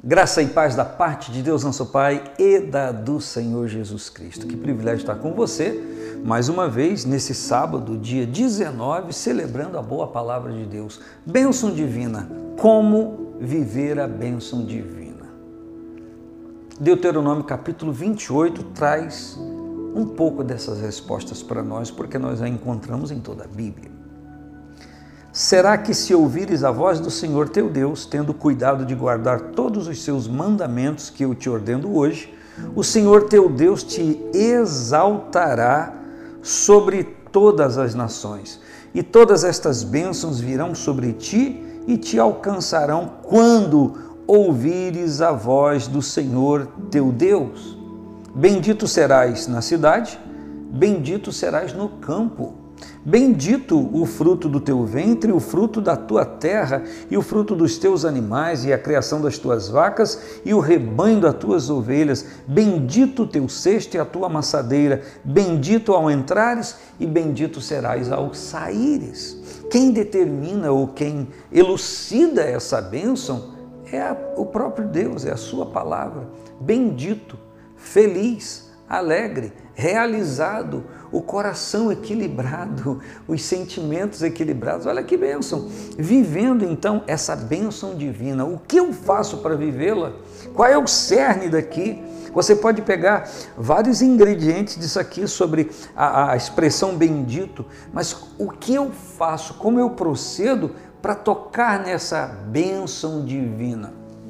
Graça e paz da parte de Deus, nosso Pai, e do Senhor Jesus Cristo. Que privilégio estar com você, mais uma vez, nesse sábado, dia 19, celebrando a boa palavra de Deus. Bênção divina. Como viver a bênção divina? Deuteronômio capítulo 28 traz um pouco dessas respostas para nós, porque nós a encontramos em toda a Bíblia. Será que se ouvires a voz do Senhor teu Deus, tendo cuidado de guardar todos os seus mandamentos que eu te ordeno hoje, o Senhor teu Deus te exaltará sobre todas as nações, e todas estas bênçãos virão sobre ti e te alcançarão quando ouvires a voz do Senhor teu Deus. Bendito serás na cidade, bendito serás no campo. Bendito o fruto do teu ventre, o fruto da tua terra, e o fruto dos teus animais, e a criação das tuas vacas, e o rebanho das tuas ovelhas. Bendito o teu cesto e a tua amassadeira. Bendito ao entrares, e bendito serás ao saíres. Quem determina ou quem elucida essa bênção é o próprio Deus, é a sua palavra. Bendito, feliz, alegre, realizado, o coração equilibrado, os sentimentos equilibrados. Olha que bênção! Vivendo então essa bênção divina, o que eu faço para vivê-la? Qual é o cerne daqui? Você pode pegar vários ingredientes disso aqui sobre a expressão bendito, mas o que eu faço, como eu procedo para tocar nessa bênção divina?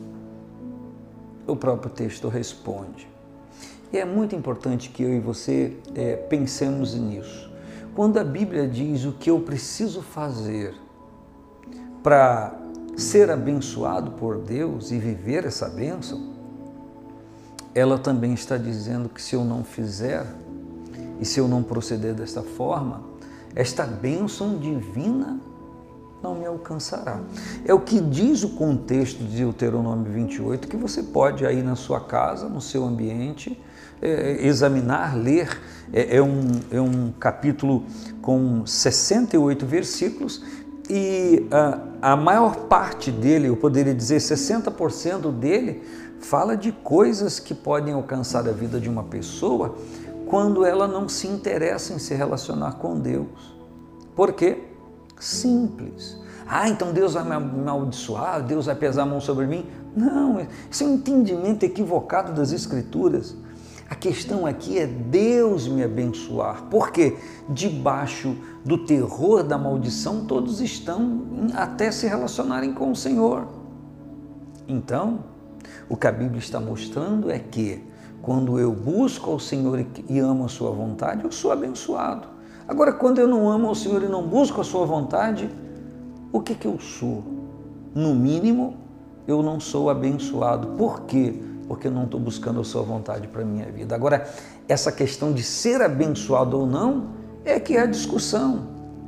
O próprio texto responde. E é muito importante que eu e você pensemos nisso. Quando a Bíblia diz o que eu preciso fazer para ser abençoado por Deus e viver essa bênção, ela também está dizendo que se eu não fizer e se eu não proceder desta forma, esta bênção divina não me alcançará. É o que diz o contexto de Deuteronômio 28, que você pode aí na sua casa, no seu ambiente, examinar, ler. É um capítulo com 68 versículos e a maior parte dele, eu poderia dizer 60% dele, fala de coisas que podem alcançar a vida de uma pessoa quando ela não se interessa em se relacionar com Deus. Por quê? Simples. Então Deus vai me amaldiçoar, Deus vai pesar a mão sobre mim. Não, isso é um entendimento equivocado das Escrituras. A questão aqui é Deus me abençoar, porque debaixo do terror da maldição todos estão até se relacionarem com o Senhor. Então, o que a Bíblia está mostrando é que quando eu busco ao Senhor e amo a sua vontade, eu sou abençoado. Agora, quando eu não amo ao Senhor e não busco a sua vontade, o que eu sou? No mínimo, eu não sou abençoado. Por quê? Porque eu não estou buscando a sua vontade para a minha vida. Agora, essa questão de ser abençoado ou não é que é a discussão.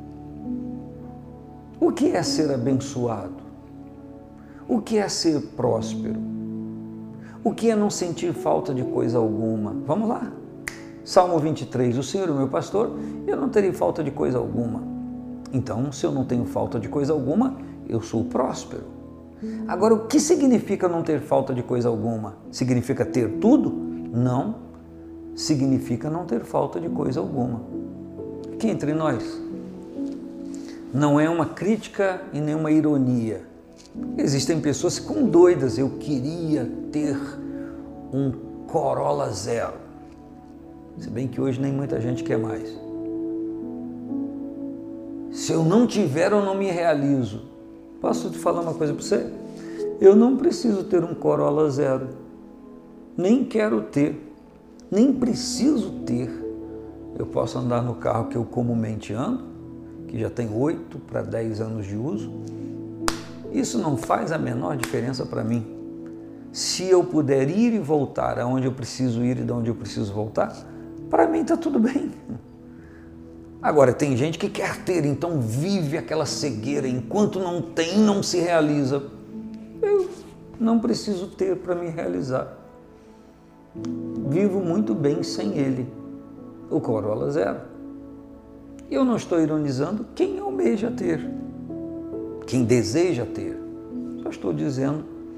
O que é ser abençoado? O que é ser próspero? O que é não sentir falta de coisa alguma? Vamos lá. Salmo 23, o Senhor é o meu pastor, eu não terei falta de coisa alguma. Então, se eu não tenho falta de coisa alguma, eu sou próspero. Agora, o que significa não ter falta de coisa alguma? Significa ter tudo? Não. Significa não ter falta de coisa alguma. Aqui entre nós, não é uma crítica e nem uma ironia. Existem pessoas que ficam doidas. Eu queria ter um Corolla zero. Se bem que hoje nem muita gente quer mais. Se eu não tiver, eu não me realizo. Posso te falar uma coisa para você? Eu não preciso ter um Corolla zero. Nem quero ter. Nem preciso ter. Eu posso andar no carro que eu comumente ando, que já tem 8 para 10 anos de uso. Isso não faz a menor diferença para mim. Se eu puder ir e voltar aonde eu preciso ir e de onde eu preciso voltar, para mim está tudo bem. Agora, tem gente que quer ter, então vive aquela cegueira. Enquanto não tem, não se realiza. Eu não preciso ter para me realizar. Vivo muito bem sem ele. O Corolla zero. Eu não estou ironizando quem almeja ter, quem deseja ter. Só estou dizendo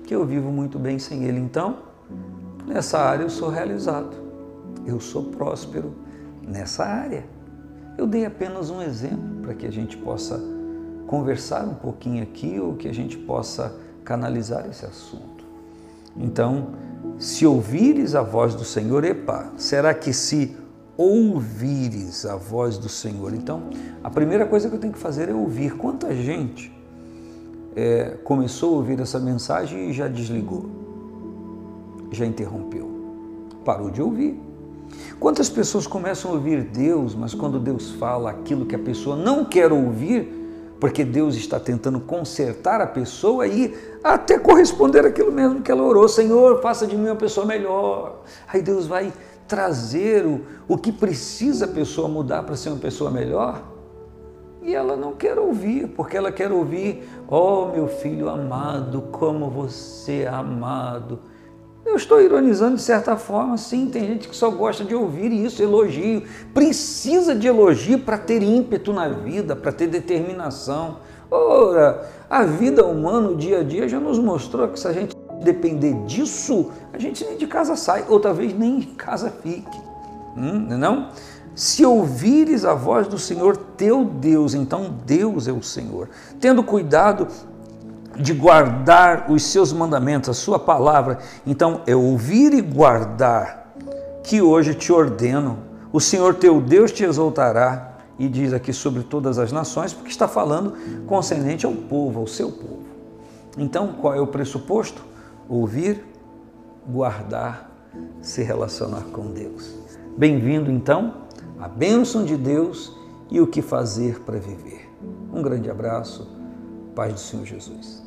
que eu vivo muito bem sem Ele. Então, nessa área eu sou realizado, eu sou próspero nessa área. Eu dei apenas um exemplo para que a gente possa conversar um pouquinho aqui ou que a gente possa canalizar esse assunto. Então, se ouvires a voz do Senhor, será que se ouvires a voz do Senhor? Então, a primeira coisa que eu tenho que fazer é ouvir. Quanta gente começou a ouvir essa mensagem e já desligou, já interrompeu, parou de ouvir. Quantas pessoas começam a ouvir Deus, mas quando Deus fala aquilo que a pessoa não quer ouvir, porque Deus está tentando consertar a pessoa e até corresponder àquilo mesmo que ela orou: Senhor, faça de mim uma pessoa melhor. Aí Deus vai trazer o que precisa a pessoa mudar para ser uma pessoa melhor, e ela não quer ouvir, porque ela quer ouvir: oh, meu filho amado, como você é amado. Eu estou ironizando de certa forma, sim, tem gente que só gosta de ouvir isso, elogio. Precisa de elogio para ter ímpeto na vida, para ter determinação. Ora, a vida humana, o dia a dia, já nos mostrou que se a gente depender disso, a gente nem de casa sai, ou talvez nem em casa fique. Não? Se ouvires a voz do Senhor teu Deus, então Deus é o Senhor, tendo cuidado de guardar os seus mandamentos, a sua palavra. Então é ouvir e guardar que hoje te ordeno. O Senhor teu Deus te exaltará, e diz aqui sobre todas as nações, porque está falando concernente ao povo, ao seu povo. Então qual é o pressuposto? Ouvir, guardar, se relacionar com Deus. Bem-vindo então à bênção de Deus e o que fazer para viver. Um grande abraço, paz do Senhor Jesus.